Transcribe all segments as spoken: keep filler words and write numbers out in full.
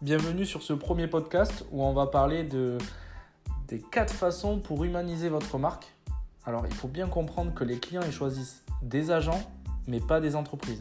bienvenue sur ce premier podcast où on va parler de, des quatre façons pour humaniser votre marque. Alors il faut bien comprendre que les clients ils choisissent des agents mais pas des entreprises.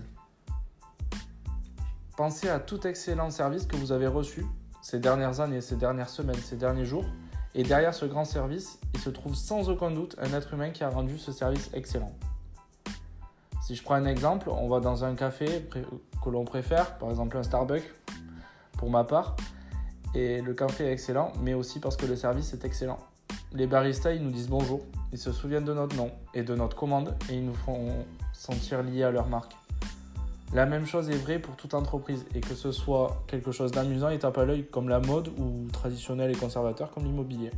Pensez à tout excellent service que vous avez reçu ces dernières années, ces dernières semaines, ces derniers jours. Et derrière ce grand service, il se trouve sans aucun doute un être humain qui a rendu ce service excellent. Si je prends un exemple, on va dans un café que l'on préfère, par exemple un Starbucks pour ma part, et le café est excellent, mais aussi parce que le service est excellent. Les baristas, ils nous disent bonjour, ils se souviennent de notre nom et de notre commande et ils nous font sentir liés à leur marque. La même chose est vraie pour toute entreprise, et que ce soit quelque chose d'amusant et tape à l'œil comme la mode ou traditionnel et conservateur comme l'immobilier.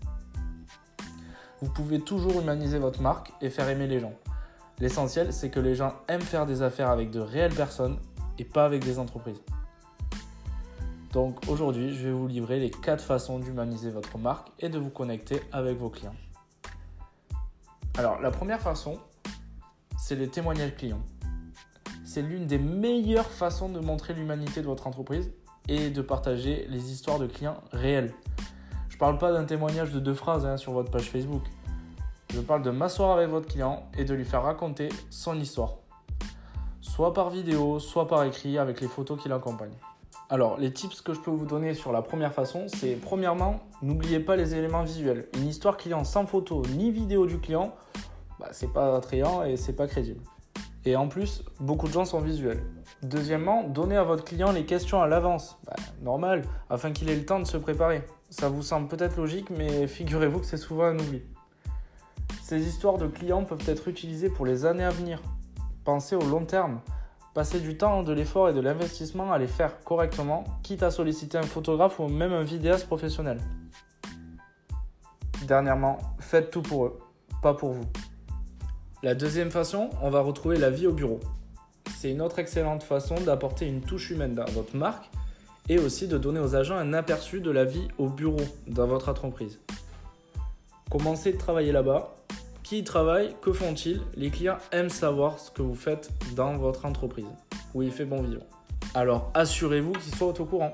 Vous pouvez toujours humaniser votre marque et faire aimer les gens. L'essentiel, c'est que les gens aiment faire des affaires avec de réelles personnes et pas avec des entreprises. Donc aujourd'hui, je vais vous livrer les quatre façons d'humaniser votre marque et de vous connecter avec vos clients. Alors la première façon, c'est les témoignages clients. C'est l'une des meilleures façons de montrer l'humanité de votre entreprise et de partager les histoires de clients réels. Je ne parle pas d'un témoignage de deux phrases hein, sur votre page Facebook. Je parle de m'asseoir avec votre client et de lui faire raconter son histoire. Soit par vidéo, soit par écrit avec les photos qui l'accompagnent. Alors, les tips que je peux vous donner sur la première façon, c'est premièrement, n'oubliez pas les éléments visuels. Une histoire client sans photo ni vidéo du client, bah, c'est pas attrayant et c'est pas crédible. Et en plus, beaucoup de gens sont visuels. Deuxièmement, donnez à votre client les questions à l'avance, bah, normal, afin qu'il ait le temps de se préparer. Ça vous semble peut-être logique, mais figurez-vous que c'est souvent un oubli. Ces histoires de clients peuvent être utilisées pour les années à venir. Pensez au long terme. Passez du temps, de l'effort et de l'investissement à les faire correctement, quitte à solliciter un photographe ou même un vidéaste professionnel. Dernièrement, faites tout pour eux, pas pour vous. La deuxième façon, on va retrouver la vie au bureau. C'est une autre excellente façon d'apporter une touche humaine dans votre marque et aussi de donner aux agents un aperçu de la vie au bureau dans votre entreprise. Commencez de travailler là-bas. Qui y travaille? Que font-ils? Les clients aiment savoir ce que vous faites dans votre entreprise, où il fait bon vivre. Alors assurez-vous qu'ils soient au courant.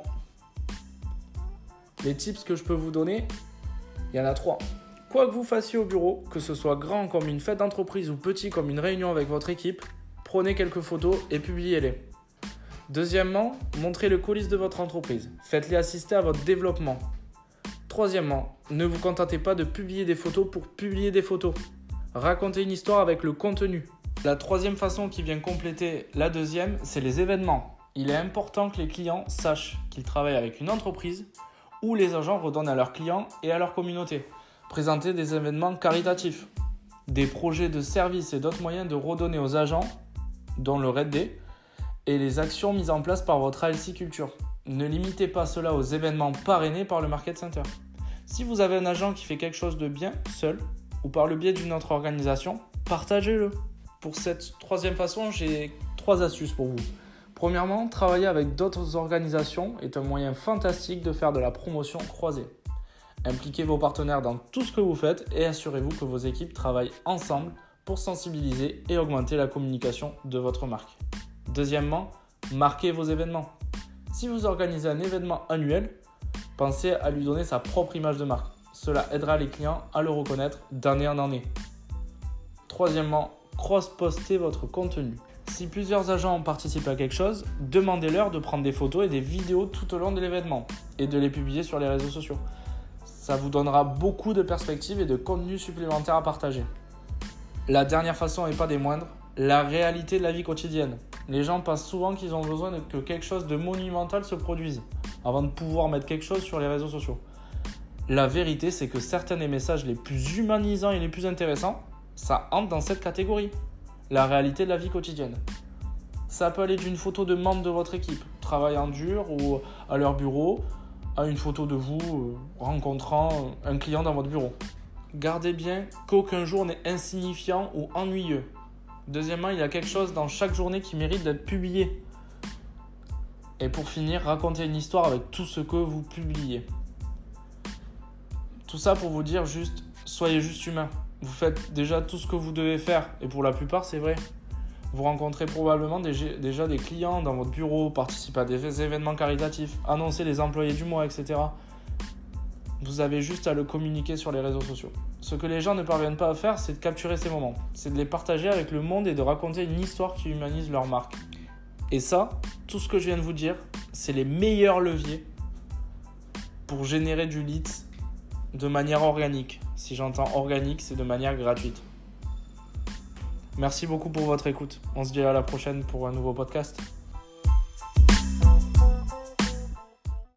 Les tips que je peux vous donner, il y en a trois. Quoi que vous fassiez au bureau, que ce soit grand comme une fête d'entreprise ou petit comme une réunion avec votre équipe, prenez quelques photos et publiez-les. Deuxièmement, montrez le coulisses de votre entreprise. Faites-les assister à votre développement. Troisièmement, ne vous contentez pas de publier des photos pour publier des photos. Racontez une histoire avec le contenu. La troisième façon qui vient compléter la deuxième, c'est les événements. Il est important que les clients sachent qu'ils travaillent avec une entreprise où les agents redonnent à leurs clients et à leur communauté. Présentez des événements caritatifs, des projets de services et d'autres moyens de redonner aux agents, dont le Red Day, et les actions mises en place par votre A L C Culture. Ne limitez pas cela aux événements parrainés par le Market Center. Si vous avez un agent qui fait quelque chose de bien, seul, ou par le biais d'une autre organisation, partagez-le. Pour cette troisième façon, j'ai trois astuces pour vous. Premièrement, travailler avec d'autres organisations est un moyen fantastique de faire de la promotion croisée. Impliquez vos partenaires dans tout ce que vous faites et assurez-vous que vos équipes travaillent ensemble pour sensibiliser et augmenter la communication de votre marque. Deuxièmement, marquez vos événements. Si vous organisez un événement annuel, pensez à lui donner sa propre image de marque. Cela aidera les clients à le reconnaître d'année en année. Troisièmement, cross-postez votre contenu. Si plusieurs agents participent à quelque chose, demandez-leur de prendre des photos et des vidéos tout au long de l'événement et de les publier sur les réseaux sociaux. Ça vous donnera beaucoup de perspectives et de contenu supplémentaire à partager. La dernière façon et pas des moindres, la réalité de la vie quotidienne. Les gens pensent souvent qu'ils ont besoin de que quelque chose de monumental se produise avant de pouvoir mettre quelque chose sur les réseaux sociaux. La vérité, c'est que certains des messages les plus humanisants et les plus intéressants, ça entre dans cette catégorie. La réalité de la vie quotidienne. Ça peut aller d'une photo de membres de votre équipe, travaillant dur ou à leur bureau, à une photo de vous euh, rencontrant un client dans votre bureau. Gardez bien qu'aucun jour n'est insignifiant ou ennuyeux. Deuxièmement, il y a quelque chose dans chaque journée qui mérite d'être publié. Et pour finir, racontez une histoire avec tout ce que vous publiez. Tout ça pour vous dire juste, soyez juste humain. Vous faites déjà tout ce que vous devez faire, et pour la plupart, c'est vrai. Vous rencontrez probablement déjà des clients dans votre bureau, participez à des événements caritatifs, annoncez les employés du mois, et cetera. Vous avez juste à le communiquer sur les réseaux sociaux. Ce que les gens ne parviennent pas à faire, c'est de capturer ces moments. C'est de les partager avec le monde et de raconter une histoire qui humanise leur marque. Et ça, tout ce que je viens de vous dire, c'est les meilleurs leviers pour générer du lead de manière organique. Si j'entends organique, c'est de manière gratuite. Merci beaucoup pour votre écoute. On se dit à la prochaine pour un nouveau podcast.